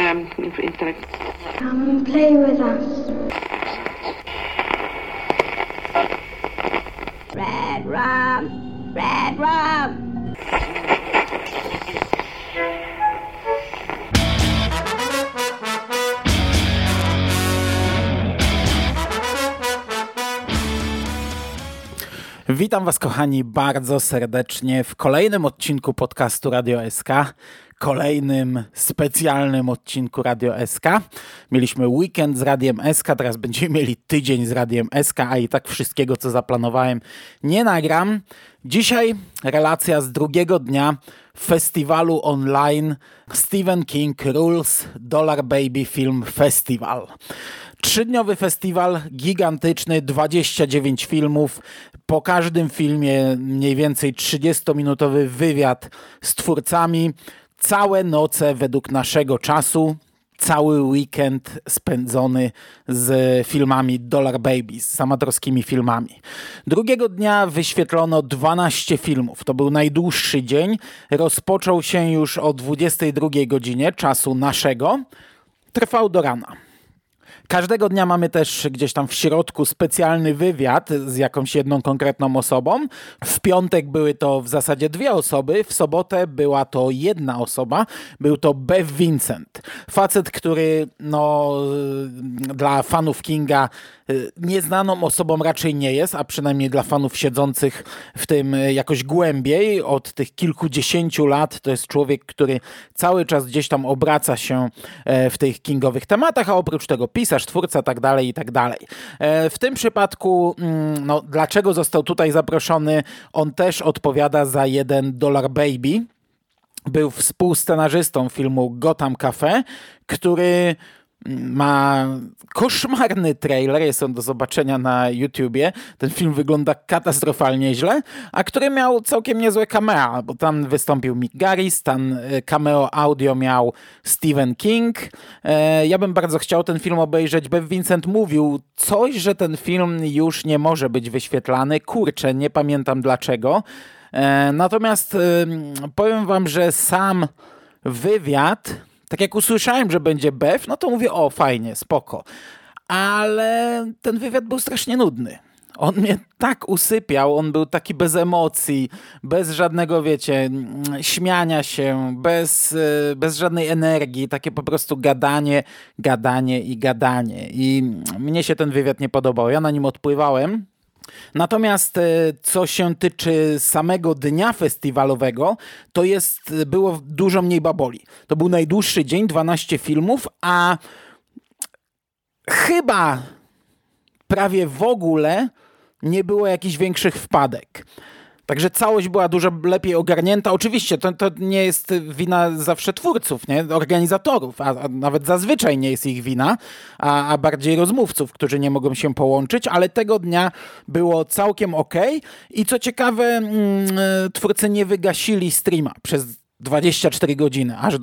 Come and play with us. Red rum, red rum. Witam Was, kochani, bardzo serdecznie w kolejnym odcinku podcastu Radio SK, kolejnym specjalnym odcinku Radio SK. Mieliśmy weekend z Radiem SK, teraz będziemy mieli tydzień z Radiem SK, a i tak wszystkiego, co zaplanowałem, nie nagram. Dzisiaj relacja z drugiego dnia festiwalu online Stephen King Rules Dollar Baby Film Festival. 3-dniowy festiwal, gigantyczny, 29 filmów. Po każdym filmie mniej więcej 30-minutowy wywiad z twórcami. Całe noce według naszego czasu. Cały weekend spędzony z filmami Dollar Babies, z amatorskimi filmami. Drugiego dnia wyświetlono 12 filmów. To był najdłuższy dzień. Rozpoczął się już o 22 godzinie czasu naszego. Trwał do rana. Każdego dnia mamy też gdzieś tam w środku specjalny wywiad z jakąś jedną konkretną osobą. W piątek były to w zasadzie 2 osoby, w sobotę była to 1 osoba. Był to Bev Vincent. Facet, który dla fanów Kinga nieznaną osobą raczej nie jest, a przynajmniej dla fanów siedzących w tym jakoś głębiej od tych kilkudziesięciu lat. To jest człowiek, który cały czas gdzieś tam obraca się w tych kingowych tematach, a oprócz tego pisarz, twórca, tak dalej i tak dalej. W tym przypadku, dlaczego został tutaj zaproszony? On też odpowiada za 1 Dollar Baby. Był współscenarzystą filmu Gotham Cafe, który ma koszmarny trailer, jest on do zobaczenia na YouTubie. Ten film wygląda katastrofalnie źle, a który miał całkiem niezłe cameo, bo tam wystąpił Mick Garris, tam cameo audio miał Stephen King. Ja bym bardzo chciał ten film obejrzeć. Bev Vincent mówił coś, że ten film już nie może być wyświetlany. Kurczę, nie pamiętam dlaczego. Natomiast powiem wam, że sam wywiad, tak jak usłyszałem, że będzie Bev, no to mówię, o fajnie, spoko. Ale ten wywiad był strasznie nudny. On mnie tak usypiał, on był taki bez emocji, bez żadnego, śmiania się, bez żadnej energii, takie po prostu gadanie i gadanie. I mnie się ten wywiad nie podobał, ja na nim odpływałem. Natomiast co się tyczy samego dnia festiwalowego, to było dużo mniej baboli. To był najdłuższy dzień, 12 filmów, a chyba prawie w ogóle nie było jakichś większych wpadek. Także całość była dużo lepiej ogarnięta. Oczywiście to nie jest wina zawsze twórców, nie? Organizatorów, a nawet zazwyczaj nie jest ich wina, a bardziej rozmówców, którzy nie mogą się połączyć, ale tego dnia było całkiem okej. I co ciekawe, twórcy nie wygasili streama przez 24 godziny, aż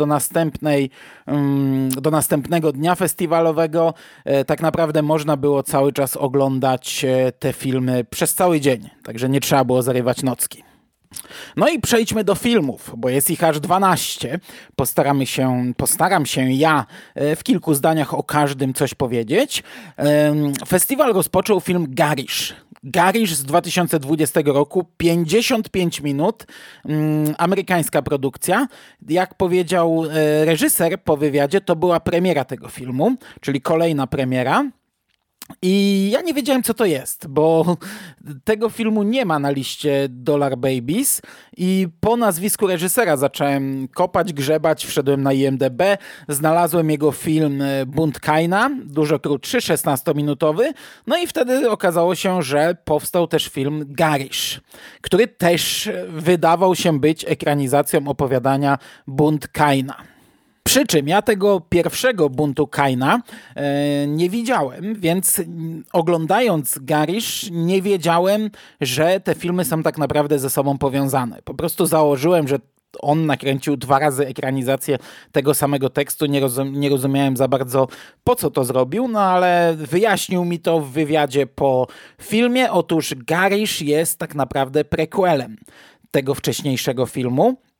do następnego dnia festiwalowego. Tak naprawdę można było cały czas oglądać te filmy przez cały dzień, także nie trzeba było zarywać nocki. No i przejdźmy do filmów, bo jest ich aż 12. Postaram się ja w kilku zdaniach o każdym coś powiedzieć. Festiwal rozpoczął film Garish. Garish z 2020 roku, 55 minut, amerykańska produkcja. Jak powiedział reżyser po wywiadzie, to była premiera tego filmu, czyli kolejna premiera. I ja nie wiedziałem, co to jest, bo tego filmu nie ma na liście Dollar Babies i po nazwisku reżysera zacząłem kopać, grzebać, wszedłem na IMDb, znalazłem jego film Bunt Kaina, dużo krótszy, 16-minutowy, no i wtedy okazało się, że powstał też film Garish, który też wydawał się być ekranizacją opowiadania Bunt Kaina. Przy czym ja tego pierwszego Buntu Kaina nie widziałem, więc oglądając Garish nie wiedziałem, że te filmy są tak naprawdę ze sobą powiązane. Po prostu założyłem, że on nakręcił 2 razy ekranizację tego samego tekstu. Nie rozumiałem za bardzo, po co to zrobił, no ale wyjaśnił mi to w wywiadzie po filmie. Otóż Garish jest tak naprawdę prequelem tego wcześniejszego filmu.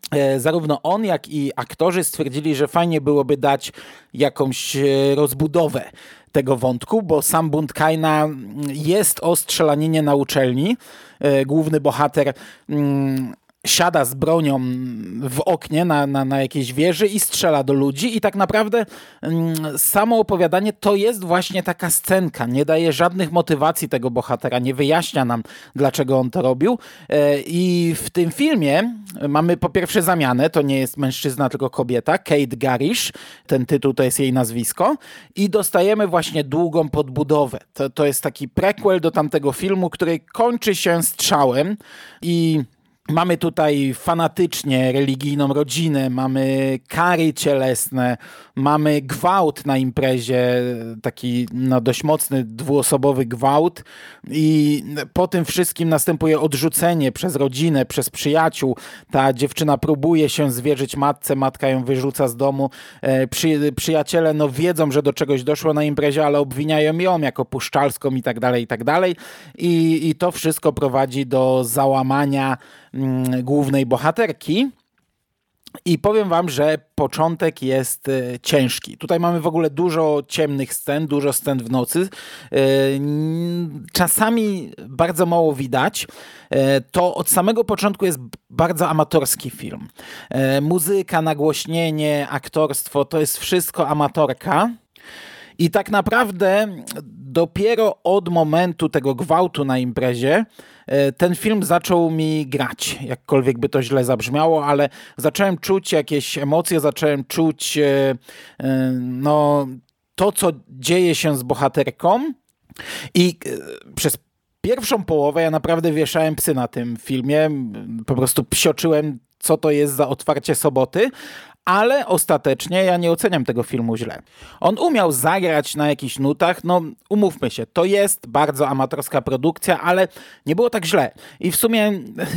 zarówno on, jak i aktorzy stwierdzili, że fajnie byłoby dać jakąś rozbudowę tego wątku, bo sam bunt Kaina jest o strzelaninie na uczelni. Główny bohater siada z bronią w oknie na jakiejś wieży i strzela do ludzi i tak naprawdę samo opowiadanie to jest właśnie taka scenka. Nie daje żadnych motywacji tego bohatera, nie wyjaśnia nam, dlaczego on to robił. I w tym filmie mamy po pierwsze zamianę, to nie jest mężczyzna, tylko kobieta, Kate Garish, ten tytuł to jest jej nazwisko i dostajemy właśnie długą podbudowę. To jest taki prequel do tamtego filmu, który kończy się strzałem i mamy tutaj fanatycznie religijną rodzinę, mamy kary cielesne, mamy gwałt na imprezie, taki dość mocny dwuosobowy gwałt i po tym wszystkim następuje odrzucenie przez rodzinę, przez przyjaciół. Ta dziewczyna próbuje się zwierzyć matce, matka ją wyrzuca z domu. Przyjaciele wiedzą, że do czegoś doszło na imprezie, ale obwiniają ją jako puszczalską i tak dalej, i tak dalej. I to wszystko prowadzi do załamania głównej bohaterki i powiem wam, że początek jest ciężki. Tutaj mamy w ogóle dużo ciemnych scen, dużo scen w nocy. Czasami bardzo mało widać. To od samego początku jest bardzo amatorski film. Muzyka, nagłośnienie, aktorstwo, to jest wszystko amatorka. I tak naprawdę dopiero od momentu tego gwałtu na imprezie ten film zaczął mi grać, jakkolwiek by to źle zabrzmiało, ale zacząłem czuć jakieś emocje, zacząłem czuć to, co dzieje się z bohaterką i przez pierwszą połowę ja naprawdę wieszałem psy na tym filmie, po prostu psioczyłem, co to jest za otwarcie soboty, ale ostatecznie ja nie oceniam tego filmu źle. On umiał zagrać na jakichś nutach, umówmy się, to jest bardzo amatorska produkcja, ale nie było tak źle. I w sumie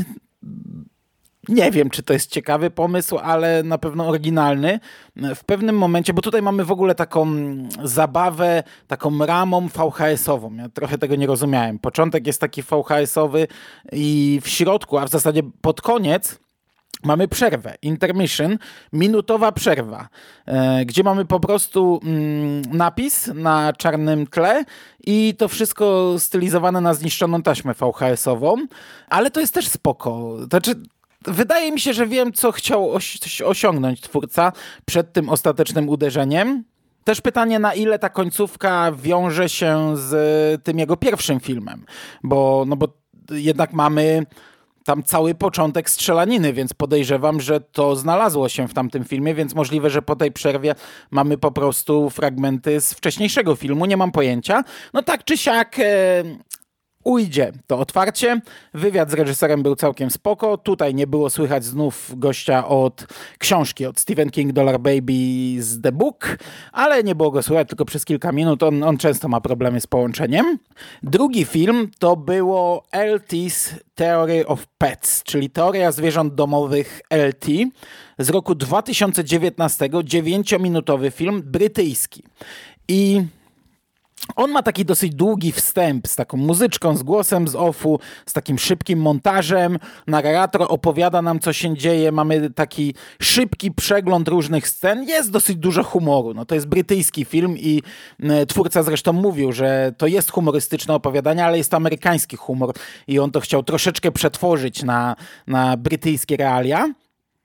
nie wiem, czy to jest ciekawy pomysł, ale na pewno oryginalny. W pewnym momencie, bo tutaj mamy w ogóle taką zabawę, taką ramą VHS-ową. Ja trochę tego nie rozumiałem. Początek jest taki VHS-owy i w środku, a w zasadzie pod koniec mamy przerwę, intermission, minutowa przerwa, gdzie mamy po prostu napis na czarnym tle i to wszystko stylizowane na zniszczoną taśmę VHS-ową, ale to jest też spoko. Znaczy, wydaje mi się, że wiem, co chciał osiągnąć twórca przed tym ostatecznym uderzeniem. Też pytanie, na ile ta końcówka wiąże się z tym jego pierwszym filmem, bo jednak mamy tam cały początek strzelaniny, więc podejrzewam, że to znalazło się w tamtym filmie, więc możliwe, że po tej przerwie mamy po prostu fragmenty z wcześniejszego filmu, nie mam pojęcia. Tak czy siak ujdzie to otwarcie. Wywiad z reżyserem był całkiem spoko. Tutaj nie było słychać znów gościa od książki, od Stephen King Dollar Baby z The Book, ale nie było go słychać tylko przez kilka minut. On często ma problemy z połączeniem. Drugi film to było LT's Theory of Pets, czyli teoria zwierząt domowych LT z roku 2019, 9-minutowy film brytyjski. I on ma taki dosyć długi wstęp z taką muzyczką, z głosem z offu, z takim szybkim montażem. Narrator opowiada nam, co się dzieje. Mamy taki szybki przegląd różnych scen. Jest dosyć dużo humoru. To jest brytyjski film i twórca zresztą mówił, że to jest humorystyczne opowiadanie, ale jest to amerykański humor i on to chciał troszeczkę przetworzyć na brytyjskie realia.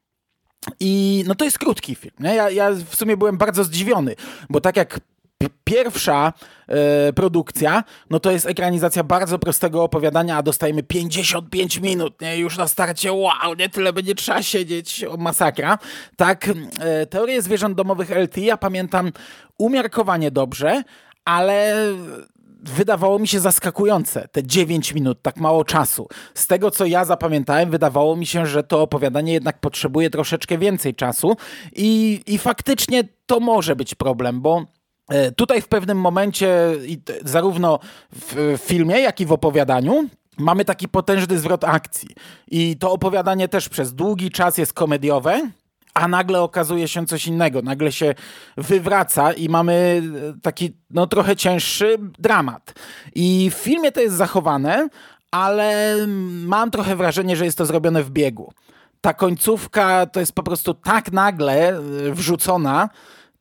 I to jest krótki film. Nie? Ja w sumie byłem bardzo zdziwiony, bo tak jak pierwsza produkcja, to jest ekranizacja bardzo prostego opowiadania, a dostajemy 55 minut, nie? Już na starcie, wow, nie tyle będzie trzeba siedzieć, masakra. Tak, teorię zwierząt domowych LT, ja pamiętam umiarkowanie dobrze, ale wydawało mi się zaskakujące, te 9 minut, tak mało czasu. Z tego, co ja zapamiętałem, wydawało mi się, że to opowiadanie jednak potrzebuje troszeczkę więcej czasu i faktycznie to może być problem, bo tutaj w pewnym momencie, zarówno w filmie, jak i w opowiadaniu, mamy taki potężny zwrot akcji. I to opowiadanie też przez długi czas jest komediowe, a nagle okazuje się coś innego. Nagle się wywraca i mamy taki trochę cięższy dramat. I w filmie to jest zachowane, ale mam trochę wrażenie, że jest to zrobione w biegu. ta końcówka to jest po prostu tak nagle wrzucona,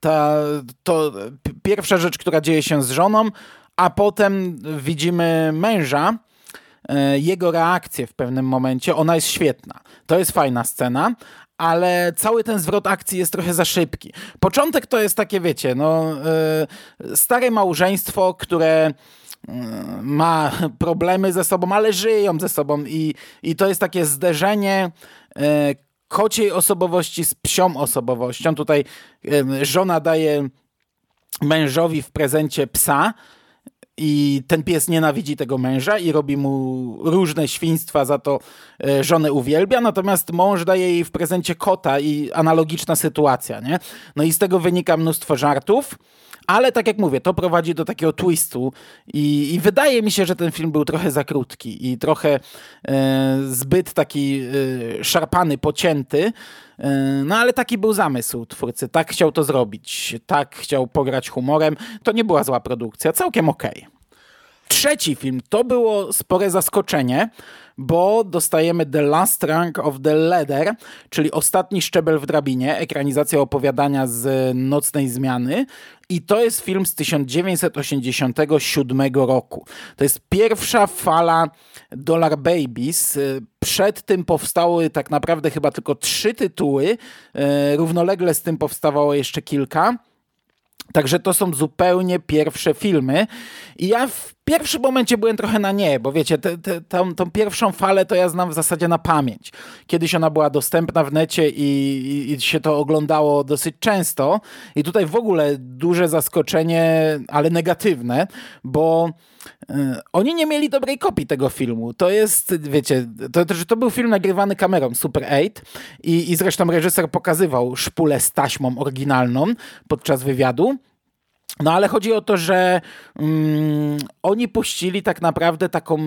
pierwsza rzecz, która dzieje się z żoną, a potem widzimy męża, jego reakcję w pewnym momencie, ona jest świetna. To jest fajna scena, ale cały ten zwrot akcji jest trochę za szybki. Początek to jest takie, wiecie, stare małżeństwo, które ma problemy ze sobą, ale żyją ze sobą i to jest takie zderzenie kociej osobowości z psią osobowością. Tutaj żona daje mężowi w prezencie psa i ten pies nienawidzi tego męża i robi mu różne świństwa, za to żonę uwielbia, natomiast mąż daje jej w prezencie kota i analogiczna sytuacja, nie? No i z tego wynika mnóstwo żartów, ale tak jak mówię, to prowadzi do takiego twistu i wydaje mi się, że ten film był trochę za krótki i trochę zbyt taki szarpany, pocięty, no ale taki był zamysł twórcy, tak chciał to zrobić, tak chciał pograć humorem, to nie była zła produkcja, całkiem okej. Trzeci film to było spore zaskoczenie, bo dostajemy The Last Rung of the Ladder, czyli Ostatni szczebel w drabinie, ekranizacja opowiadania z Nocnej zmiany. I to jest film z 1987 roku. To jest pierwsza fala Dollar Babies. Przed tym powstały tak naprawdę chyba tylko 3 tytuły. Równolegle z tym powstawało jeszcze kilka. Także to są zupełnie pierwsze filmy i ja w pierwszym momencie byłem trochę na nie, bo wiecie, tą pierwszą falę to ja znam w zasadzie na pamięć. Kiedyś ona była dostępna w necie i się to oglądało dosyć często i tutaj w ogóle duże zaskoczenie, ale negatywne, bo oni nie mieli dobrej kopii tego filmu. To jest, wiecie, to był film nagrywany kamerą Super 8 i zresztą reżyser pokazywał szpulę z taśmą oryginalną podczas wywiadu. No ale chodzi o to, że oni puścili tak naprawdę taką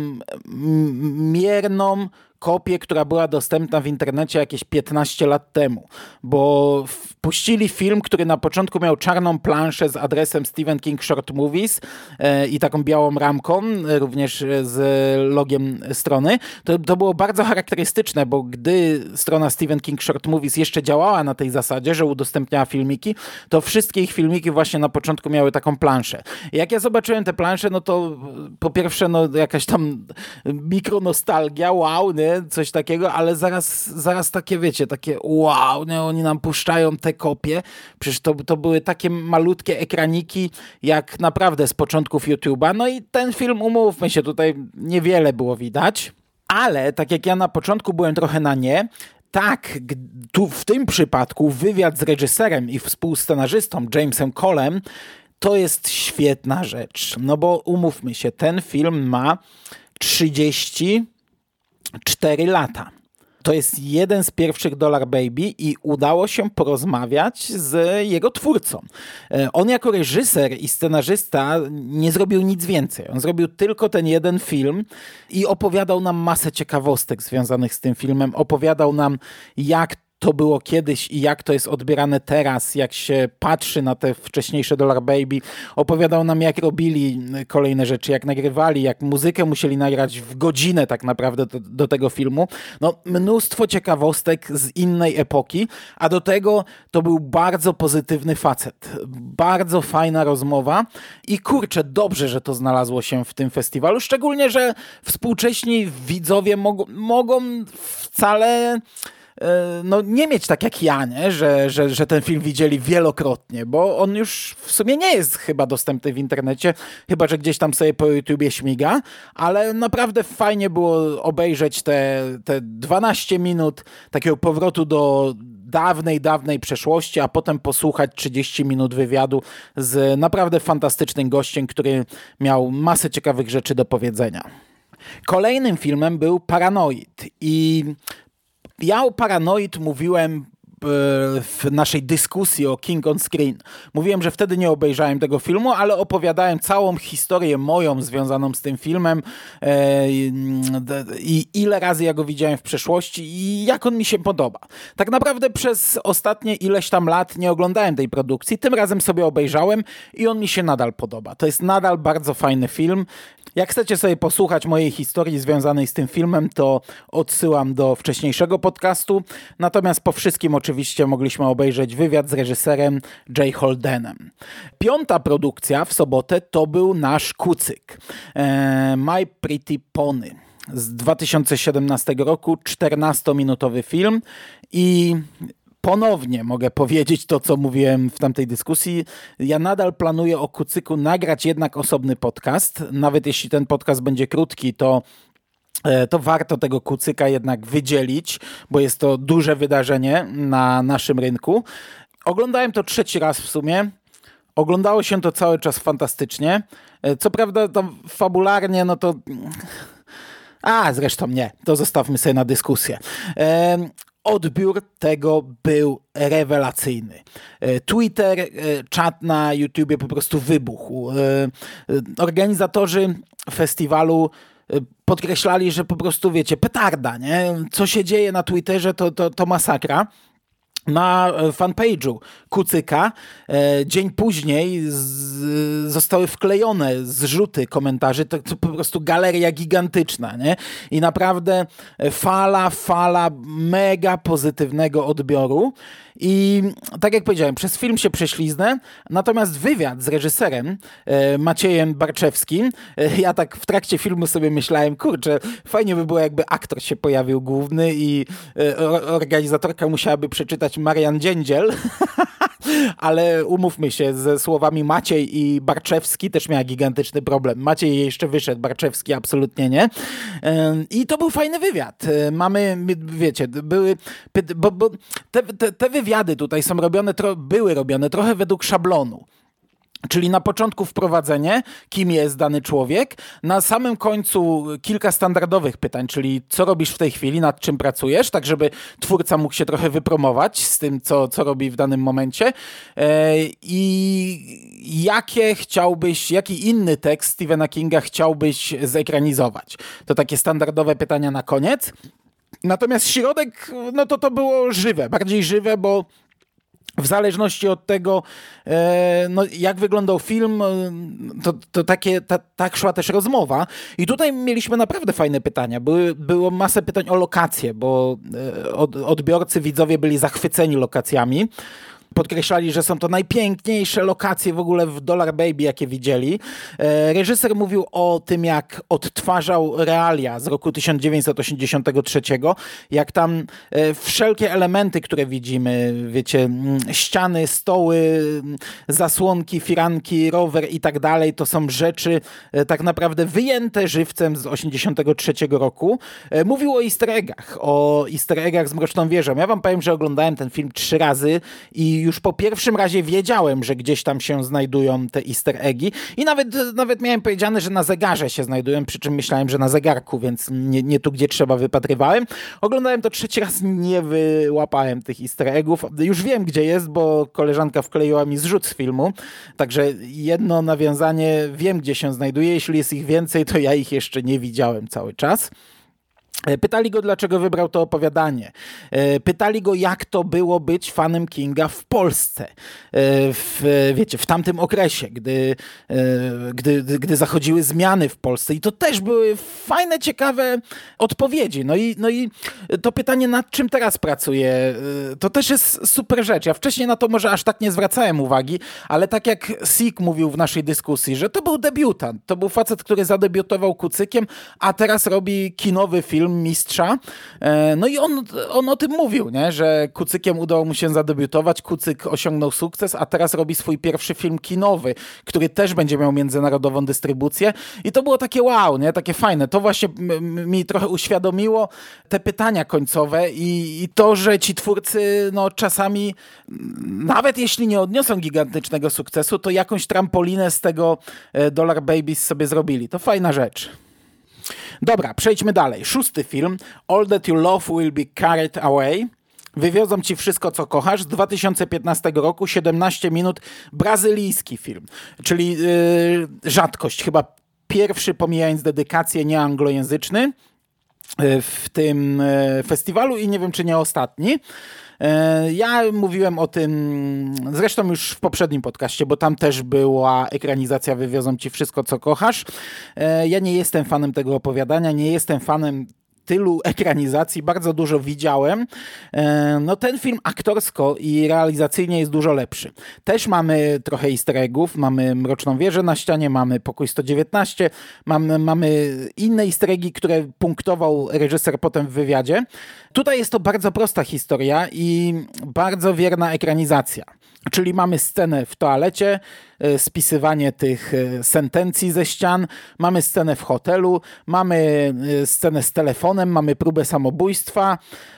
mierną kopię, która była dostępna w internecie jakieś 15 lat temu, bo puścili film, który na początku miał czarną planszę z adresem Stephen King Short Movies i taką białą ramką, również z logiem strony. To było bardzo charakterystyczne, bo gdy strona Stephen King Short Movies jeszcze działała na tej zasadzie, że udostępniała filmiki, to wszystkie ich filmiki właśnie na początku miały taką planszę. Jak ja zobaczyłem te plansze, no to po pierwsze jakaś tam mikronostalgia, wow, nie? Coś takiego, ale zaraz takie, wiecie, takie wow, nie? Oni nam puszczają te kopie. Przecież to były takie malutkie ekraniki, jak naprawdę z początków YouTube'a. No i ten film, umówmy się, tutaj niewiele było widać, ale tak jak ja na początku byłem trochę na nie, tak, tu w tym przypadku wywiad z reżyserem i współscenarzystą Jamesem Colem to jest świetna rzecz. No bo umówmy się, ten film ma 34 lata. To jest jeden z pierwszych Dollar Baby i udało się porozmawiać z jego twórcą. On jako reżyser i scenarzysta nie zrobił nic więcej. On zrobił tylko ten jeden film i opowiadał nam masę ciekawostek związanych z tym filmem. Opowiadał nam, jak to było kiedyś i jak to jest odbierane teraz, jak się patrzy na te wcześniejsze Dollar Baby. Opowiadał nam, jak robili kolejne rzeczy, jak nagrywali, jak muzykę musieli nagrać w godzinę tak naprawdę do tego filmu. No, mnóstwo ciekawostek z innej epoki, a do tego to był bardzo pozytywny facet. Bardzo fajna rozmowa i kurczę, dobrze, że to znalazło się w tym festiwalu, szczególnie, że współcześni widzowie mogą wcale nie mieć tak jak ja, nie? Że ten film widzieli wielokrotnie, bo on już w sumie nie jest chyba dostępny w internecie, chyba że gdzieś tam sobie po YouTubie śmiga, ale naprawdę fajnie było obejrzeć te 12 minut takiego powrotu do dawnej przeszłości, a potem posłuchać 30 minut wywiadu z naprawdę fantastycznym gościem, który miał masę ciekawych rzeczy do powiedzenia. Kolejnym filmem był Paranoid i ja o Paranoid mówiłem w naszej dyskusji o King on Screen. Mówiłem, że wtedy nie obejrzałem tego filmu, ale opowiadałem całą historię moją związaną z tym filmem i ile razy ja go widziałem w przeszłości i jak on mi się podoba. Tak naprawdę przez ostatnie ileś tam lat nie oglądałem tej produkcji, tym razem sobie obejrzałem i on mi się nadal podoba. To jest nadal bardzo fajny film. Jak chcecie sobie posłuchać mojej historii związanej z tym filmem, to odsyłam do wcześniejszego podcastu. Natomiast po wszystkim oczywiście mogliśmy obejrzeć wywiad z reżyserem Jay Holdenem. 5. produkcja w sobotę to był nasz kucyk. My Pretty Pony z 2017 roku, 14-minutowy film i ponownie mogę powiedzieć to, co mówiłem w tamtej dyskusji. Ja nadal planuję o kucyku nagrać jednak osobny podcast. Nawet jeśli ten podcast będzie krótki, to warto tego kucyka jednak wydzielić, bo jest to duże wydarzenie na naszym rynku. Oglądałem to 3. raz w sumie. Oglądało się to cały czas fantastycznie. Co prawda tam fabularnie, no to... zresztą nie. To zostawmy sobie na dyskusję. Odbiór tego był rewelacyjny. Twitter, czat na YouTubie po prostu wybuchł. Organizatorzy festiwalu podkreślali, że po prostu, wiecie, petarda, nie? Co się dzieje na Twitterze, to masakra. Na fanpage'u kucyka dzień później zostały wklejone zrzuty komentarzy, to po prostu galeria gigantyczna, nie? I naprawdę fala mega pozytywnego odbioru i tak jak powiedziałem, przez film się prześliznę, natomiast wywiad z reżyserem Maciejem Barczewskim, ja tak w trakcie filmu sobie myślałem, kurczę, fajnie by było, jakby aktor się pojawił główny i organizatorka musiałaby przeczytać Marian Dziędziel, ale umówmy się, ze słowami Maciej i Barczewski też miała gigantyczny problem. Maciej jeszcze wyszedł, Barczewski absolutnie nie. I to był fajny wywiad. Wiecie, były... Bo te wywiady tutaj są były robione trochę według szablonu. Czyli na początku wprowadzenie, kim jest dany człowiek, na samym końcu kilka standardowych pytań, czyli co robisz w tej chwili, nad czym pracujesz, tak żeby twórca mógł się trochę wypromować z tym, co robi w danym momencie i jaki inny tekst Stephena Kinga chciałbyś zekranizować. To takie standardowe pytania na koniec. Natomiast środek, no to było żywe, bardziej żywe, bo w zależności od tego, jak wyglądał film, tak szła też rozmowa. I tutaj mieliśmy naprawdę fajne pytania. Było masę pytań o lokacje, bo odbiorcy, widzowie byli zachwyceni lokacjami. Podkreślali, że są to najpiękniejsze lokacje w ogóle w Dollar Baby, jakie widzieli. Reżyser mówił o tym, jak odtwarzał realia z roku 1983, jak tam wszelkie elementy, które widzimy, wiecie, ściany, stoły, zasłonki, firanki, rower i tak dalej, to są rzeczy tak naprawdę wyjęte żywcem z 1983 roku. Mówił o easter eggach z Mroczną Wieżą. Ja wam powiem, że oglądałem ten film 3 razy i już po pierwszym razie wiedziałem, że gdzieś tam się znajdują te easter eggi i nawet miałem powiedziane, że na zegarze się znajdują, przy czym myślałem, że na zegarku, więc nie tu, gdzie trzeba, wypatrywałem. Oglądałem to 3 raz, nie wyłapałem tych easter eggów. Już wiem, gdzie jest, bo koleżanka wkleiła mi zrzut z filmu, także jedno nawiązanie wiem, gdzie się znajduje. Jeśli jest ich więcej, to ja ich jeszcze nie widziałem cały czas. Pytali go, dlaczego wybrał to opowiadanie. Pytali go, jak to było być fanem Kinga w Polsce. W tamtym okresie, gdy zachodziły zmiany w Polsce. I to też były fajne, ciekawe odpowiedzi. No i to pytanie, nad czym teraz pracuję, to też jest super rzecz. Ja wcześniej na to może aż tak nie zwracałem uwagi, ale tak jak Sik mówił w naszej dyskusji, że to był debiutant. To był facet, który zadebiutował kucykiem, a teraz robi kinowy film mistrza. No i on o tym mówił, nie? Że kucykiem udało mu się zadebiutować, kucyk osiągnął sukces, a teraz robi swój pierwszy film kinowy, który też będzie miał międzynarodową dystrybucję i to było takie wow, nie? Takie fajne. To właśnie mi trochę uświadomiło te pytania końcowe i to, że ci twórcy no czasami, nawet jeśli nie odniosą gigantycznego sukcesu, to jakąś trampolinę z tego Dollar Babies sobie zrobili. To fajna rzecz. Dobra, przejdźmy dalej. 6. film, All That You Love Will Be Carried Away. Wywiozą ci wszystko, co kochasz, z 2015 roku, 17 minut, brazylijski film, czyli rzadkość, chyba pierwszy, pomijając dedykację, nieanglojęzyczny w tym festiwalu i nie wiem, czy nie ostatni. Ja mówiłem o tym zresztą już w poprzednim podcaście, bo tam też była ekranizacja Wywiozą ci wszystko, co kochasz. Ja nie jestem fanem tego opowiadania, nie jestem fanem tylu ekranizacji, bardzo dużo widziałem. No ten film aktorsko i realizacyjnie jest dużo lepszy. Też mamy trochę easter eggów, mamy Mroczną Wieżę na ścianie, mamy Pokój 119, mamy inne easter eggi, które punktował reżyser potem w wywiadzie. Tutaj jest to bardzo prosta historia i bardzo wierna ekranizacja. Czyli mamy scenę w toalecie, spisywanie tych sentencji ze ścian, mamy scenę w hotelu, mamy scenę z telefonem, mamy próbę samobójstwa,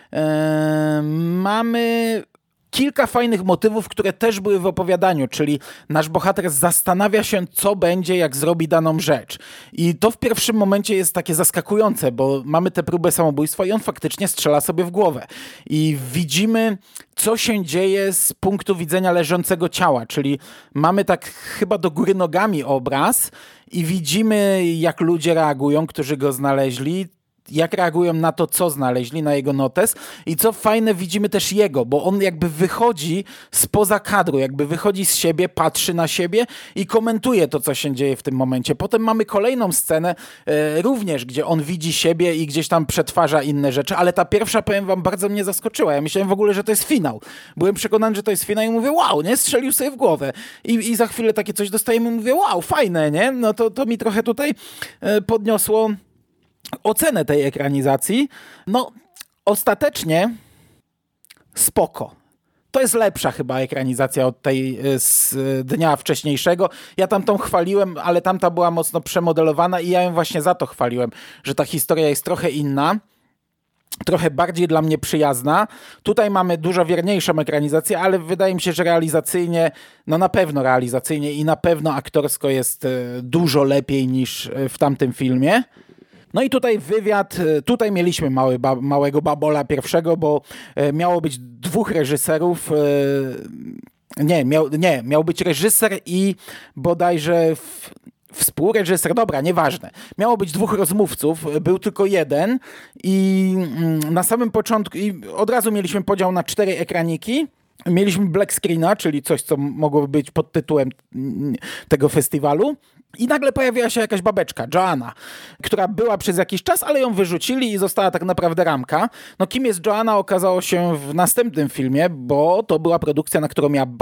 mamy kilka fajnych motywów, które też były w opowiadaniu, czyli nasz bohater zastanawia się, co będzie, jak zrobi daną rzecz. I to w pierwszym momencie jest takie zaskakujące, bo mamy tę próbę samobójstwa i on faktycznie strzela sobie w głowę. I widzimy, co się dzieje z punktu widzenia leżącego ciała, czyli mamy tak chyba do góry nogami obraz i widzimy, jak ludzie reagują, którzy go znaleźli, jak reagują na to, co znaleźli, na jego notes i co fajne, widzimy też jego, bo on jakby wychodzi spoza kadru, jakby wychodzi z siebie, patrzy na siebie i komentuje to, co się dzieje w tym momencie. Potem mamy kolejną scenę również, gdzie on widzi siebie i gdzieś tam przetwarza inne rzeczy, ale ta pierwsza, powiem wam, bardzo mnie zaskoczyła. Ja myślałem w ogóle, że to jest finał. Byłem przekonany, że to jest finał i mówię, wow, nie? Strzelił sobie w głowę. I za chwilę takie coś dostajemy i mówię, wow, fajne, nie? No to mi trochę tutaj podniosło ocenę tej ekranizacji. No, ostatecznie spoko. To jest lepsza chyba ekranizacja od tej z dnia wcześniejszego. Ja tamtą chwaliłem, ale tamta była mocno przemodelowana i ja ją właśnie za to chwaliłem, że ta historia jest trochę inna, trochę bardziej dla mnie przyjazna. Tutaj mamy dużo wierniejszą ekranizację, ale wydaje mi się, że realizacyjnie, no na pewno realizacyjnie i na pewno aktorsko jest dużo lepiej niż w tamtym filmie. No i tutaj wywiad, tutaj mieliśmy małego babola pierwszego, bo miało być dwóch reżyserów, miał być reżyser i bodajże współreżyser, dobra, nieważne. Miało być dwóch rozmówców, był tylko jeden i na samym początku i od razu mieliśmy podział na 4 ekraniki. Mieliśmy black screena, czyli coś, co mogło być pod tytułem tego festiwalu. I nagle pojawiła się jakaś babeczka, Joanna, która była przez jakiś czas, ale ją wyrzucili i została tak naprawdę ramka. No kim jest Joanna, okazało się w następnym filmie, bo to była produkcja, na którą ja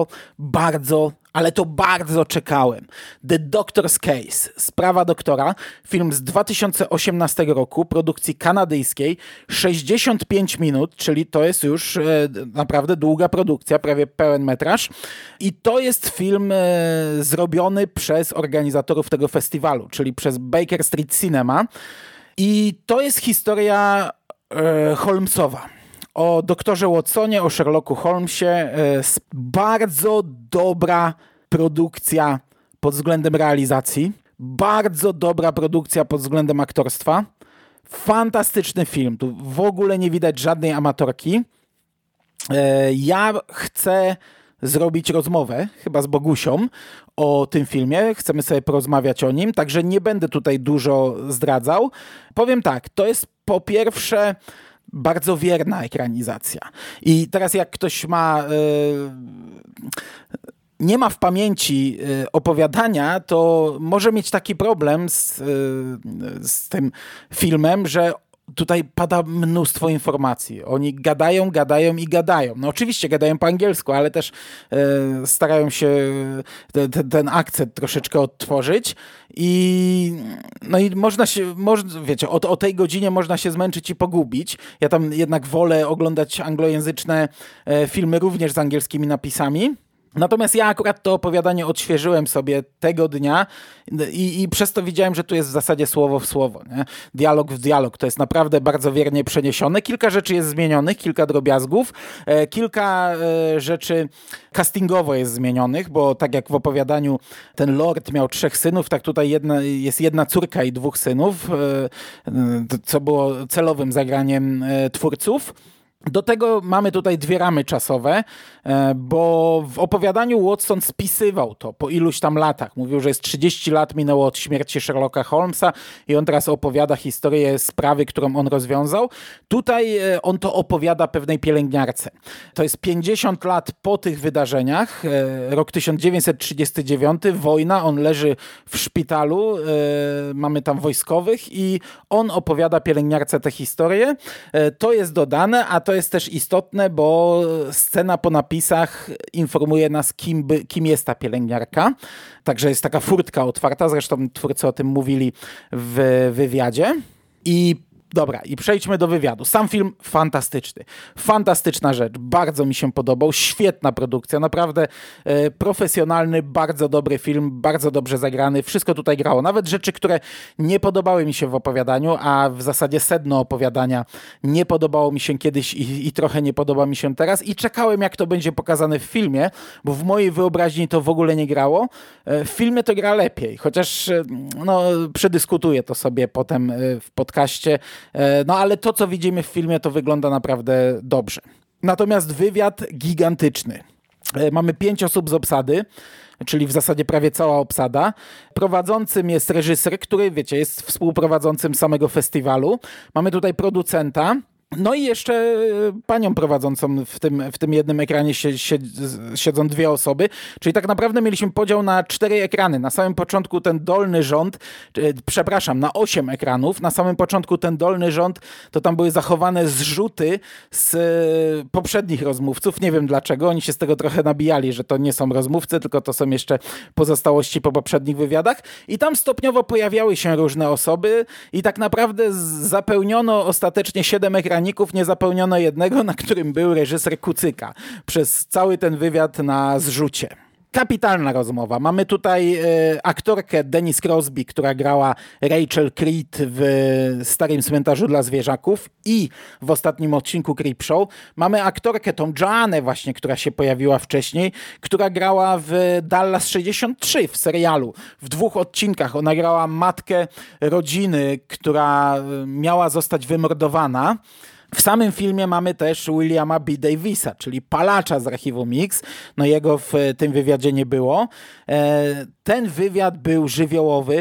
bardzo czekałem. The Doctor's Case, Sprawa doktora, film z 2018 roku, produkcji kanadyjskiej, 65 minut, czyli to jest już naprawdę długa produkcja, prawie pełen metraż. I to jest film zrobiony przez organizatorów tego festiwalu, czyli przez Baker Street Cinema. I to jest historia Holmesowa. O doktorze Watsonie, o Sherlocku Holmesie. Bardzo dobra produkcja pod względem realizacji. Bardzo dobra produkcja pod względem aktorstwa. Fantastyczny film. Tu w ogóle nie widać żadnej amatorki. Ja chcę zrobić rozmowę, chyba z Bogusią, o tym filmie. Chcemy sobie porozmawiać o nim, także nie będę tutaj dużo zdradzał. Powiem tak, to jest po pierwsze bardzo wierna ekranizacja. I teraz jak ktoś nie ma w pamięci opowiadania, to może mieć taki problem z tym filmem, że tutaj pada mnóstwo informacji. Oni gadają i gadają. No oczywiście gadają po angielsku, ale też starają się ten akcent troszeczkę odtworzyć no i wiecie, o tej godzinie można się zmęczyć i pogubić. Ja tam jednak wolę oglądać anglojęzyczne filmy również z angielskimi napisami. Natomiast ja akurat to opowiadanie odświeżyłem sobie tego dnia i przez to widziałem, że tu jest w zasadzie słowo w słowo, nie? Dialog w dialog. To jest naprawdę bardzo wiernie przeniesione. Kilka rzeczy jest zmienionych, kilka drobiazgów, kilka rzeczy castingowo jest zmienionych, bo tak jak w opowiadaniu ten lord miał 3 synów, tak tutaj jest jedna córka i 2 synów, co było celowym zagraniem twórców. Do tego mamy tutaj dwie ramy czasowe, bo w opowiadaniu Watson spisywał to po iluś tam latach. Mówił, że jest 30 lat minęło od śmierci Sherlocka Holmesa i on teraz opowiada historię sprawy, którą on rozwiązał. Tutaj on to opowiada pewnej pielęgniarce. To jest 50 lat po tych wydarzeniach, rok 1939, wojna, on leży w szpitalu, mamy tam wojskowych i on opowiada pielęgniarce tę historię. To jest dodane, a to jest też istotne, bo scena po napisach informuje nas, kim jest ta pielęgniarka. Także jest taka furtka otwarta, zresztą twórcy o tym mówili w wywiadzie. I przejdźmy do wywiadu. Sam film fantastyczny. Fantastyczna rzecz. Bardzo mi się podobał. Świetna produkcja. Naprawdę profesjonalny, bardzo dobry film. Bardzo dobrze zagrany. Wszystko tutaj grało. Nawet rzeczy, które nie podobały mi się w opowiadaniu, a w zasadzie sedno opowiadania nie podobało mi się kiedyś i trochę nie podoba mi się teraz. I czekałem, jak to będzie pokazane w filmie, bo w mojej wyobraźni to w ogóle nie grało. W filmie to gra lepiej. Chociaż przedyskutuję to sobie potem w podcaście. No ale to, co widzimy w filmie, to wygląda naprawdę dobrze. Natomiast wywiad gigantyczny. Mamy 5 osób z obsady, czyli w zasadzie prawie cała obsada. Prowadzącym jest reżyser, który, wiecie, jest współprowadzącym samego festiwalu. Mamy tutaj producenta. No i jeszcze panią prowadzącą w tym jednym ekranie siedzą 2 osoby, czyli tak naprawdę mieliśmy podział na 4 ekrany. Na samym początku ten dolny rząd, na 8 ekranów. Na samym początku ten dolny rząd, to tam były zachowane zrzuty z poprzednich rozmówców. Nie wiem dlaczego, oni się z tego trochę nabijali, że to nie są rozmówcy, tylko to są jeszcze pozostałości po poprzednich wywiadach. I tam stopniowo pojawiały się różne osoby i tak naprawdę zapełniono ostatecznie 7 ekranów. Nie zapełniono jednego, na którym był reżyser Kucyka przez cały ten wywiad na zrzucie. Kapitalna rozmowa. Mamy tutaj aktorkę Denise Crosby, która grała Rachel Creed w Starym Cmentarzu dla Zwierzaków i w ostatnim odcinku Creepshow. Mamy aktorkę tą Joannę właśnie, która się pojawiła wcześniej, która grała w Dallas 63 w serialu. W 2 odcinkach ona grała matkę rodziny, która miała zostać wymordowana. W samym filmie mamy też Williama B. Davisa, czyli palacza z Archiwum Mix. No jego w tym wywiadzie nie było. Ten wywiad był żywiołowy.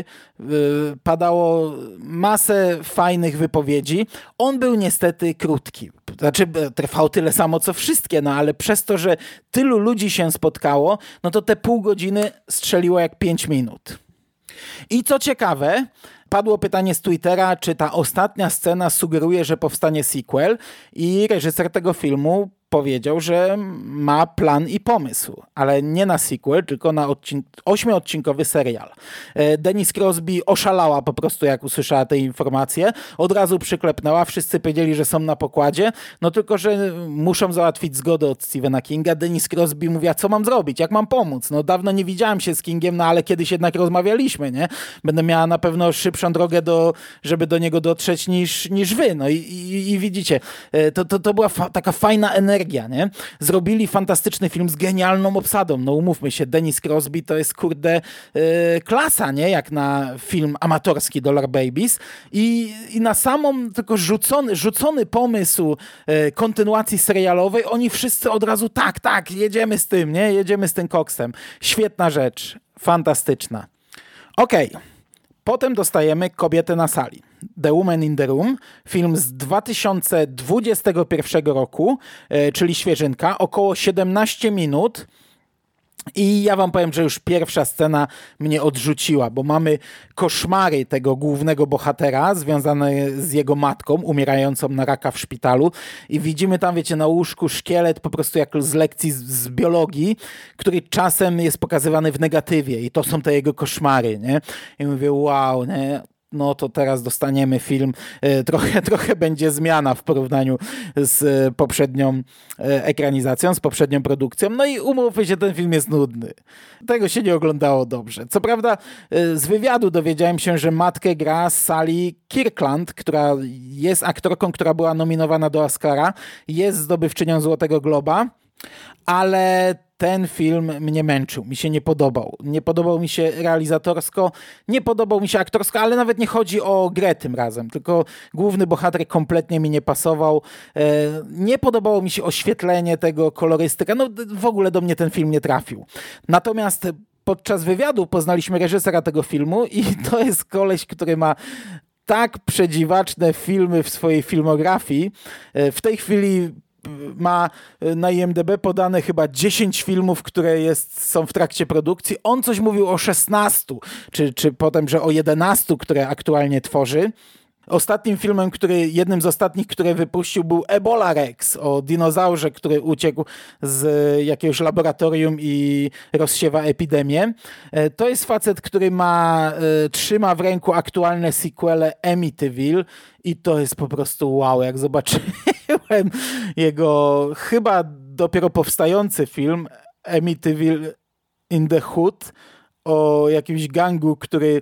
Padało masę fajnych wypowiedzi. On był niestety krótki. Znaczy trwał tyle samo co wszystkie, no ale przez to, że tylu ludzi się spotkało, no to te pół godziny strzeliło jak 5 minut. I co ciekawe, padło pytanie z Twittera, czy ta ostatnia scena sugeruje, że powstanie sequel i reżyser tego filmu powiedział, że ma plan i pomysł, ale nie na sequel, tylko na 8-odcinkowy serial. Denise Crosby oszalała po prostu, jak usłyszała te informacje. Od razu przyklepnęła, wszyscy powiedzieli, że są na pokładzie, no tylko, że muszą załatwić zgodę od Stephena Kinga. Denise Crosby mówiła, co mam zrobić, jak mam pomóc? No dawno nie widziałem się z Kingiem, no ale kiedyś jednak rozmawialiśmy, nie? Będę miała na pewno szybszą drogę, żeby do niego dotrzeć niż wy. No i widzicie, to była taka fajna energia, nie? Zrobili fantastyczny film z genialną obsadą. No umówmy się, Denise Crosby to jest klasa, nie? Jak na film amatorski Dollar Babies. I na samą tylko rzucony pomysł kontynuacji serialowej, oni wszyscy od razu tak, jedziemy z tym, nie? Jedziemy z tym koksem. Świetna rzecz. Fantastyczna. Okej. Potem dostajemy Kobietę na sali. The Woman in the Room, film z 2021 roku, czyli świeżynka, około 17 minut. I ja wam powiem, że już pierwsza scena mnie odrzuciła, bo mamy koszmary tego głównego bohatera związane z jego matką umierającą na raka w szpitalu i widzimy tam, wiecie, na łóżku szkielet po prostu jak z lekcji z biologii, który czasem jest pokazywany w negatywie i to są te jego koszmary, nie? I mówię, wow, nie? No to teraz dostaniemy film, trochę będzie zmiana w porównaniu z poprzednią ekranizacją, z poprzednią produkcją. No i umówmy się, ten film jest nudny. Tego się nie oglądało dobrze. Co prawda z wywiadu dowiedziałem się, że matkę gra Sally Kirkland, która jest aktorką, która była nominowana do Oscara, jest zdobywczynią Złotego Globa. Ale ten film mnie męczył, mi się nie podobał. Nie podobał mi się realizatorsko, nie podobał mi się aktorsko, ale nawet nie chodzi o grę tym razem, tylko główny bohater kompletnie mi nie pasował. Nie podobało mi się oświetlenie tego, kolorystyka, no w ogóle do mnie ten film nie trafił. Natomiast podczas wywiadu poznaliśmy reżysera tego filmu i to jest koleś, który ma tak przedziwaczne filmy w swojej filmografii. W tej chwili ma na IMDb podane chyba 10 filmów, które są w trakcie produkcji. On coś mówił o 16, czy potem, że o 11, które aktualnie tworzy. Ostatnim filmem, jednym z ostatnich, które wypuścił, był Ebola Rex, o dinozaurze, który uciekł z jakiegoś laboratorium i rozsiewa epidemię. To jest facet, który trzyma w ręku aktualne sequele Amityville i to jest po prostu wow, jak zobaczyłem jego chyba dopiero powstający film Amityville in the Hood, o jakimś gangu, który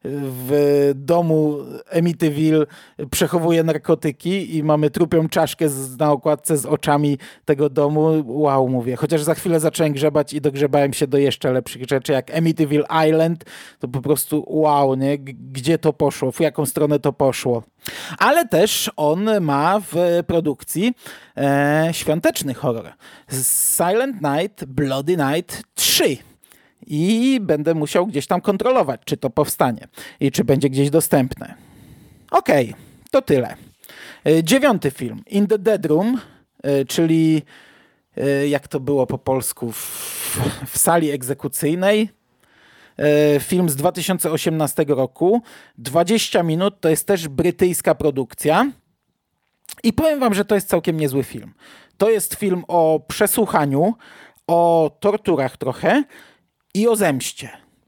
w domu Amityville przechowuje narkotyki i mamy trupią czaszkę na okładce z oczami tego domu. Wow, mówię. Chociaż za chwilę zacząłem grzebać i dogrzebałem się do jeszcze lepszych rzeczy, jak Amityville Island. To po prostu wow, nie? Gdzie to poszło? W jaką stronę to poszło? Ale też on ma w produkcji świąteczny horror. Silent Night, Bloody Night 3. I będę musiał gdzieś tam kontrolować, czy to powstanie i czy będzie gdzieś dostępne. Okej, to tyle. 9. film, In the Dead Room, czyli jak to było po polsku, w sali egzekucyjnej. Film z 2018 roku. 20 minut, to jest też brytyjska produkcja. I powiem wam, że to jest całkiem niezły film. To jest film o przesłuchaniu, o torturach trochę, i o zemście.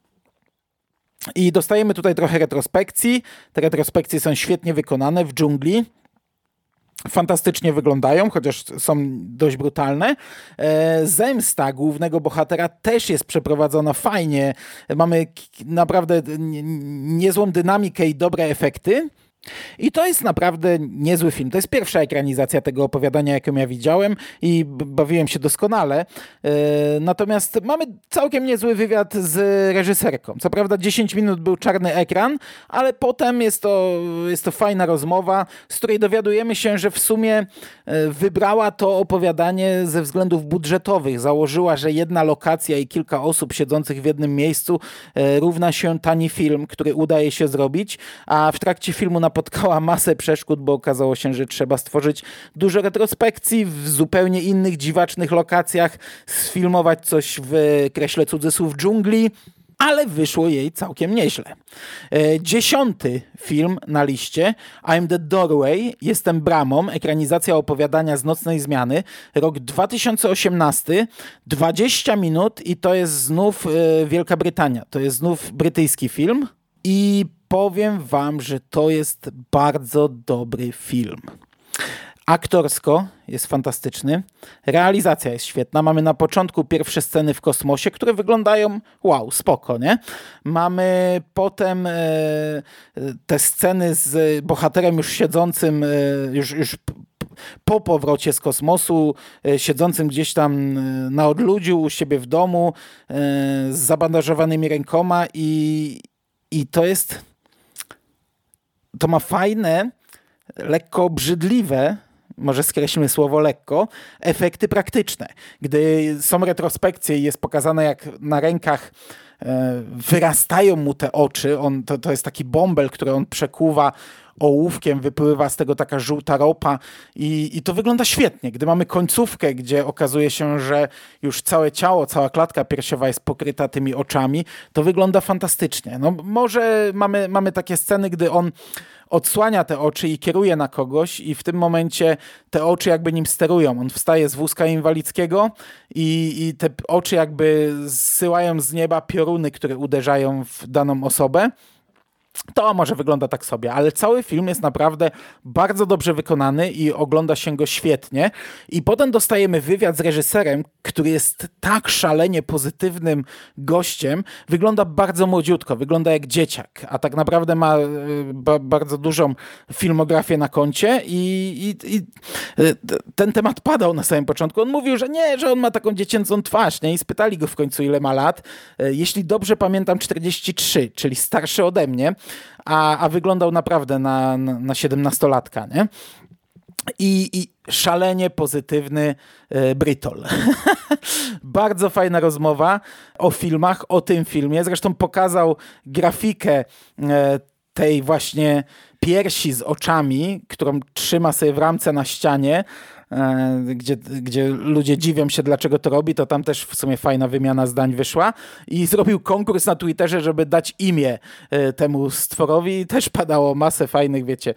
I dostajemy tutaj trochę retrospekcji. Te retrospekcje są świetnie wykonane w dżungli. Fantastycznie wyglądają, chociaż są dość brutalne. Zemsta głównego bohatera też jest przeprowadzona fajnie. Mamy naprawdę niezłą dynamikę i dobre efekty. I to jest naprawdę niezły film. To jest pierwsza ekranizacja tego opowiadania, jaką ja widziałem i bawiłem się doskonale. Natomiast mamy całkiem niezły wywiad z reżyserką. Co prawda 10 minut był czarny ekran, ale potem jest to fajna rozmowa, z której dowiadujemy się, że w sumie wybrała to opowiadanie ze względów budżetowych. Założyła, że jedna lokacja i kilka osób siedzących w jednym miejscu równa się tani film, który udaje się zrobić, a w trakcie filmu napotkała masę przeszkód, bo okazało się, że trzeba stworzyć dużo retrospekcji w zupełnie innych, dziwacznych lokacjach, sfilmować coś w kreśle cudzysłów dżungli, ale wyszło jej całkiem nieźle. 10. film na liście, I'm the Doorway, Jestem bramą, ekranizacja opowiadania z Nocnej Zmiany, rok 2018, 20 minut i to jest znów Wielka Brytania, to jest znów brytyjski film i powiem wam, że to jest bardzo dobry film. Aktorsko jest fantastyczny, realizacja jest świetna. Mamy na początku pierwsze sceny w kosmosie, które wyglądają wow, spoko, nie? Mamy potem te sceny z bohaterem już siedzącym, już po powrocie z kosmosu, siedzącym gdzieś tam na odludziu u siebie w domu, z zabandażowanymi rękoma i to ma fajne, lekko obrzydliwe, może skreślmy słowo lekko, efekty praktyczne. Gdy są retrospekcje i jest pokazane, jak na rękach wyrastają mu te oczy, to jest taki bąbel, który on przekuwa ołówkiem, wypływa z tego taka żółta ropa i to wygląda świetnie. Gdy mamy końcówkę, gdzie okazuje się, że już całe ciało, cała klatka piersiowa jest pokryta tymi oczami, to wygląda fantastycznie. No, może mamy takie sceny, gdy on odsłania te oczy i kieruje na kogoś i w tym momencie te oczy jakby nim sterują. On wstaje z wózka inwalidzkiego i te oczy jakby zsyłają z nieba pioruny, które uderzają w daną osobę. to może wygląda tak sobie, ale cały film jest naprawdę bardzo dobrze wykonany i ogląda się go świetnie. I potem dostajemy wywiad z reżyserem, który jest tak szalenie pozytywnym gościem. Wygląda bardzo młodziutko, wygląda jak dzieciak, a tak naprawdę ma bardzo dużą filmografię na koncie i ten temat padał na samym początku. On mówił, że nie, że on ma taką dziecięcą twarz, nie? I spytali go w końcu, ile ma lat. Jeśli dobrze pamiętam, 43, czyli starszy ode mnie, a wyglądał naprawdę na 17-latka, nie? I szalenie pozytywny Brytol. Bardzo fajna rozmowa o filmach, o tym filmie. Zresztą pokazał grafikę tej właśnie piersi z oczami, którą trzyma sobie w ramce na ścianie, gdzie ludzie dziwią się, dlaczego to robi, to tam też w sumie fajna wymiana zdań wyszła i zrobił konkurs na Twitterze, żeby dać imię temu stworowi i też padało masę fajnych, wiecie,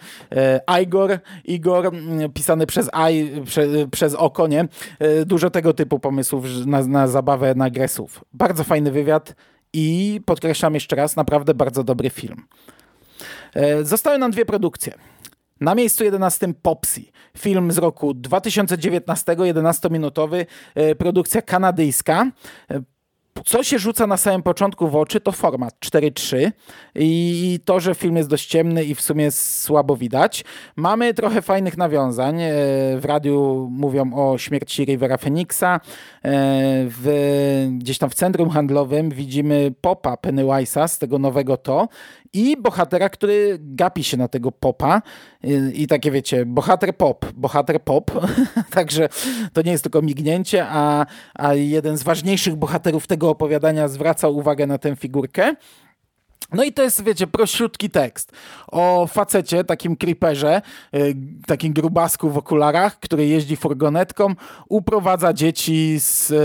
Igor, pisany przez oko, nie? Dużo tego typu pomysłów na zabawę na grę słów. Bardzo fajny wywiad i podkreślam jeszcze raz, naprawdę bardzo dobry film. Zostały nam 2 produkcje. Na miejscu 11 Popsy, film z roku 2019, 11-minutowy, produkcja kanadyjska. Co się rzuca na samym początku w oczy, to format 4:3 i to, że film jest dość ciemny i w sumie słabo widać. Mamy trochę fajnych nawiązań. W radiu mówią o śmierci Rivera Phoenixa. Gdzieś tam w centrum handlowym widzimy Popa Pennywise'a z tego nowego i bohatera, który gapi się na tego Popa i takie wiecie, bohater pop. Także to nie jest tylko mignięcie, a jeden z ważniejszych bohaterów tego opowiadania zwraca uwagę na tę figurkę. No i to jest, wiecie, prościutki tekst o facecie, takim creeperze, takim grubasku w okularach, który jeździ furgonetką, uprowadza dzieci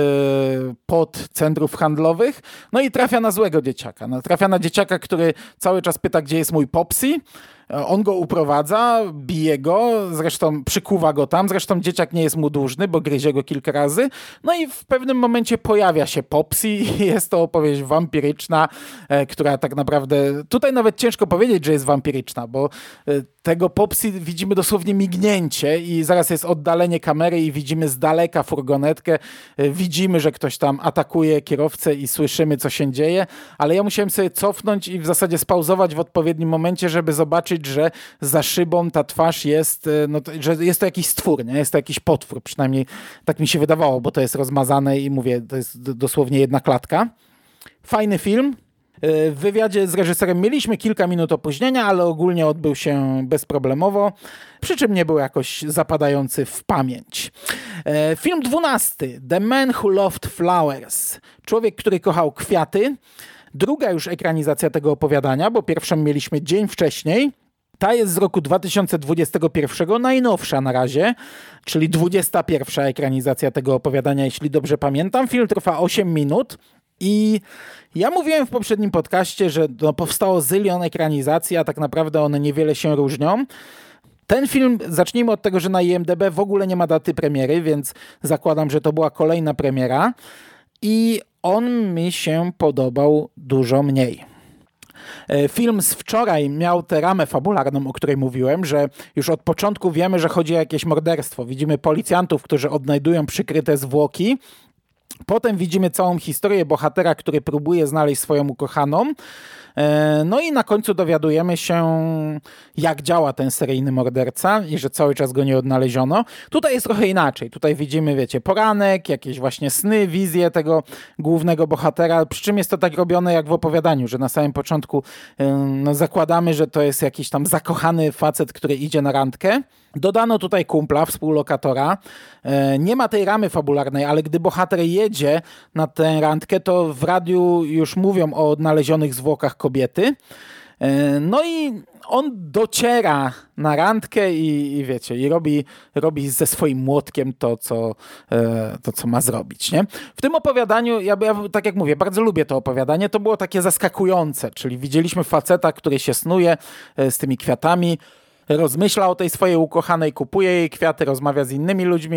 pod centrów handlowych, no i trafia na złego dzieciaka. Trafia na dzieciaka, który cały czas pyta, gdzie jest mój Popsy. On go uprowadza, bije go, zresztą przykuwa go tam, zresztą dzieciak nie jest mu dłużny, bo gryzie go kilka razy. No i w pewnym momencie pojawia się Popsy i jest to opowieść wampiryczna, która tak naprawdę, tutaj nawet ciężko powiedzieć, że jest wampiryczna, bo tego Popsy widzimy dosłownie mignięcie i zaraz jest oddalenie kamery i widzimy z daleka furgonetkę, widzimy, że ktoś tam atakuje kierowcę i słyszymy, co się dzieje, ale ja musiałem sobie cofnąć i w zasadzie spauzować w odpowiednim momencie, żeby zobaczyć, że za szybą ta twarz jest, że jest to jakiś stwór, nie? Jest to jakiś potwór, przynajmniej tak mi się wydawało, bo to jest rozmazane i mówię, to jest dosłownie jedna klatka. Fajny film. W wywiadzie z reżyserem mieliśmy kilka minut opóźnienia, ale ogólnie odbył się bezproblemowo, przy czym nie był jakoś zapadający w pamięć. Film 12. The Man Who Loved Flowers. Człowiek, który kochał kwiaty. Druga już ekranizacja tego opowiadania, bo pierwszą mieliśmy dzień wcześniej. Ta jest z roku 2021, najnowsza na razie, czyli 21. ekranizacja tego opowiadania, jeśli dobrze pamiętam. Film trwa 8 minut. I ja mówiłem w poprzednim podcaście, że powstało zylion ekranizacji, a tak naprawdę one niewiele się różnią. Ten film, zacznijmy od tego, że na IMDb w ogóle nie ma daty premiery, więc zakładam, że to była kolejna premiera. I on mi się podobał dużo mniej. Film z wczoraj miał tę ramę fabularną, o której mówiłem, że już od początku wiemy, że chodzi o jakieś morderstwo. Widzimy policjantów, którzy odnajdują przykryte zwłoki. Potem widzimy całą historię bohatera, który próbuje znaleźć swoją ukochaną. No i na końcu dowiadujemy się, jak działa ten seryjny morderca i że cały czas go nie odnaleziono. Tutaj jest trochę inaczej. Tutaj widzimy, wiecie, poranek, jakieś właśnie sny, wizje tego głównego bohatera, przy czym jest to tak robione jak w opowiadaniu, że na samym początku zakładamy, że to jest jakiś tam zakochany facet, który idzie na randkę. Dodano tutaj kumpla, współlokatora. Nie ma tej ramy fabularnej, ale gdy bohater jedzie na tę randkę, to w radiu już mówią o odnalezionych zwłokach kobiety. No i on dociera na randkę i wiecie, i robi ze swoim młotkiem to, co ma zrobić, nie? W tym opowiadaniu, ja tak jak mówię, bardzo lubię to opowiadanie, to było takie zaskakujące, czyli widzieliśmy faceta, który się snuje z tymi kwiatami, rozmyśla o tej swojej ukochanej, kupuje jej kwiaty, rozmawia z innymi ludźmi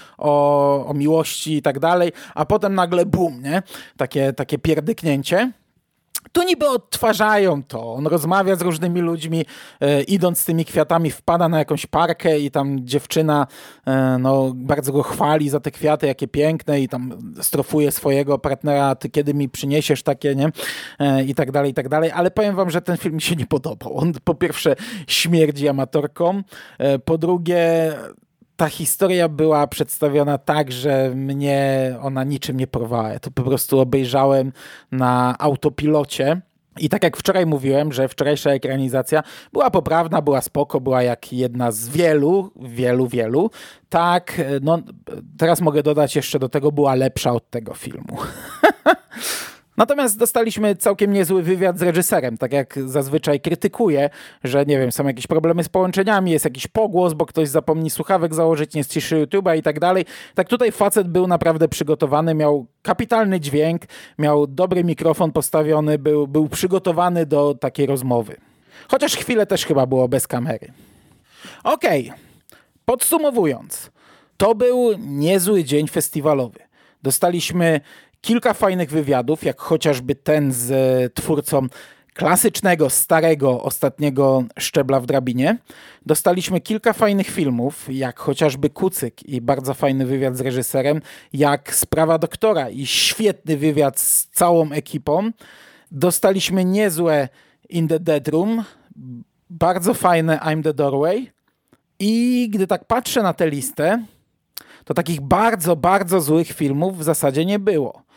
o miłości i tak dalej, a potem nagle bum, nie? Takie pierdyknięcie. Tu niby odtwarzają to. On rozmawia z różnymi ludźmi, idąc z tymi kwiatami, wpada na jakąś parkę i tam dziewczyna bardzo go chwali za te kwiaty, jakie piękne, i tam strofuje swojego partnera, ty kiedy mi przyniesiesz takie, nie? I tak dalej, i tak dalej. Ale powiem wam, że ten film mi się nie podobał. On po pierwsze śmierdzi amatorką, po drugie ta historia była przedstawiona tak, że mnie ona niczym nie porwała. Ja to po prostu obejrzałem na autopilocie. I tak jak wczoraj mówiłem, że wczorajsza ekranizacja była poprawna, była spoko, była jak jedna z wielu, tak, teraz mogę dodać jeszcze do tego, była lepsza od tego filmu. Natomiast dostaliśmy całkiem niezły wywiad z reżyserem, tak jak zazwyczaj krytykuję, że nie wiem, są jakieś problemy z połączeniami, jest jakiś pogłos, bo ktoś zapomni słuchawek założyć, nie ściszy YouTube'a i tak dalej. Tak tutaj facet był naprawdę przygotowany, miał kapitalny dźwięk, miał dobry mikrofon postawiony, był przygotowany do takiej rozmowy. Chociaż chwilę też chyba było bez kamery. Okej, podsumowując, to był niezły dzień festiwalowy. Dostaliśmy kilka fajnych wywiadów, jak chociażby ten z twórcą klasycznego, starego, ostatniego Szczebla w drabinie. Dostaliśmy kilka fajnych filmów, jak chociażby Kucyk i bardzo fajny wywiad z reżyserem, jak Sprawa doktora i świetny wywiad z całą ekipą. Dostaliśmy niezłe In the Dead Room, bardzo fajne I'm the Doorway. I gdy tak patrzę na tę listę, to takich bardzo, bardzo złych filmów w zasadzie nie było.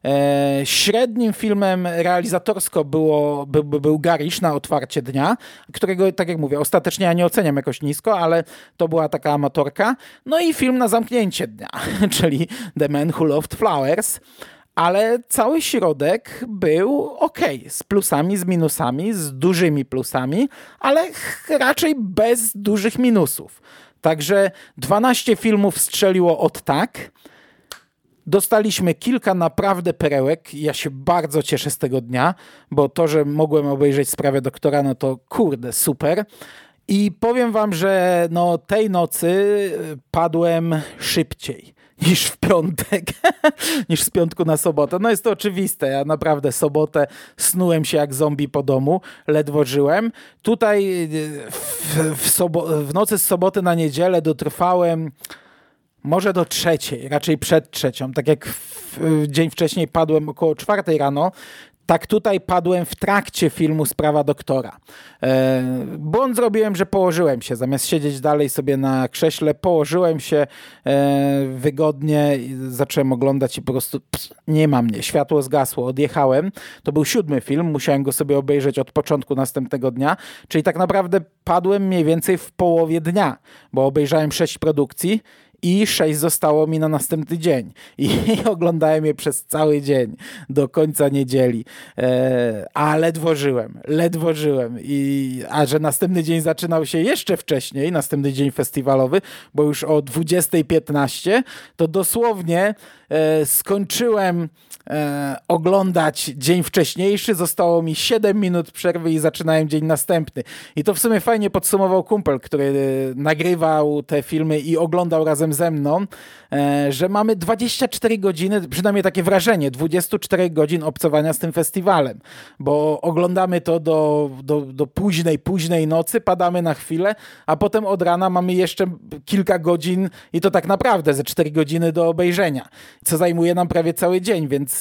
Średnim filmem realizatorsko był Garish na otwarcie dnia, którego, tak jak mówię, ostatecznie ja nie oceniam jakoś nisko, ale to była taka amatorka. No i film na zamknięcie dnia, czyli The Man Who Loved Flowers. Ale cały środek był okej, z plusami, z minusami, z dużymi plusami, ale raczej bez dużych minusów. Także 12 filmów strzeliło od tak. Dostaliśmy kilka naprawdę perełek. Ja się bardzo cieszę z tego dnia, bo to, że mogłem obejrzeć Sprawę doktora, no to kurde, super. I powiem wam, że tej nocy padłem szybciej niż w piątek, niż z piątku na sobotę. No jest to oczywiste, ja naprawdę sobotę snułem się jak zombie po domu, ledwo żyłem. Tutaj w nocy z soboty na niedzielę dotrwałem może do 3:00, raczej przed 3:00. Tak jak dzień wcześniej padłem około 4:00 rano, tak tutaj padłem w trakcie filmu Sprawa doktora. Błąd zrobiłem, że położyłem się. Zamiast siedzieć dalej sobie na krześle, położyłem się wygodnie, zacząłem oglądać i po prostu nie ma mnie. Światło zgasło, odjechałem. To był 7. film, musiałem go sobie obejrzeć od początku następnego dnia, czyli tak naprawdę padłem mniej więcej w połowie dnia, bo obejrzałem 6 produkcji i 6 zostało mi na następny dzień. I oglądałem je przez cały dzień, do końca niedzieli. A ledwo żyłem. A że następny dzień zaczynał się jeszcze wcześniej, następny dzień festiwalowy, bo już o 20:15, to dosłownie skończyłem oglądać dzień wcześniejszy, zostało mi 7 minut przerwy i zaczynałem dzień następny. I to w sumie fajnie podsumował kumpel, który nagrywał te filmy i oglądał razem ze mną, że mamy 24 godziny, przynajmniej takie wrażenie, 24 godzin obcowania z tym festiwalem, bo oglądamy to do późnej nocy, padamy na chwilę, a potem od rana mamy jeszcze kilka godzin i to tak naprawdę ze 4 godziny do obejrzenia, co zajmuje nam prawie cały dzień, więc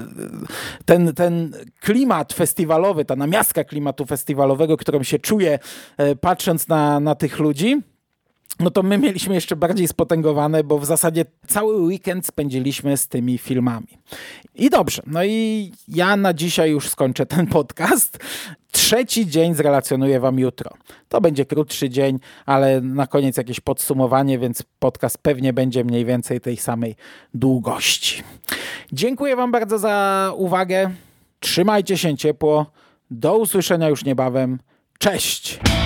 ten klimat festiwalowy, ta namiastka klimatu festiwalowego, którą się czuje patrząc na tych ludzi, no to my mieliśmy jeszcze bardziej spotęgowane, bo w zasadzie cały weekend spędziliśmy z tymi filmami. I dobrze, no i ja na dzisiaj już skończę ten podcast. 3. dzień zrelacjonuję wam jutro. To będzie krótszy dzień, ale na koniec jakieś podsumowanie, więc podcast pewnie będzie mniej więcej tej samej długości. Dziękuję wam bardzo za uwagę. Trzymajcie się ciepło. Do usłyszenia już niebawem. Cześć!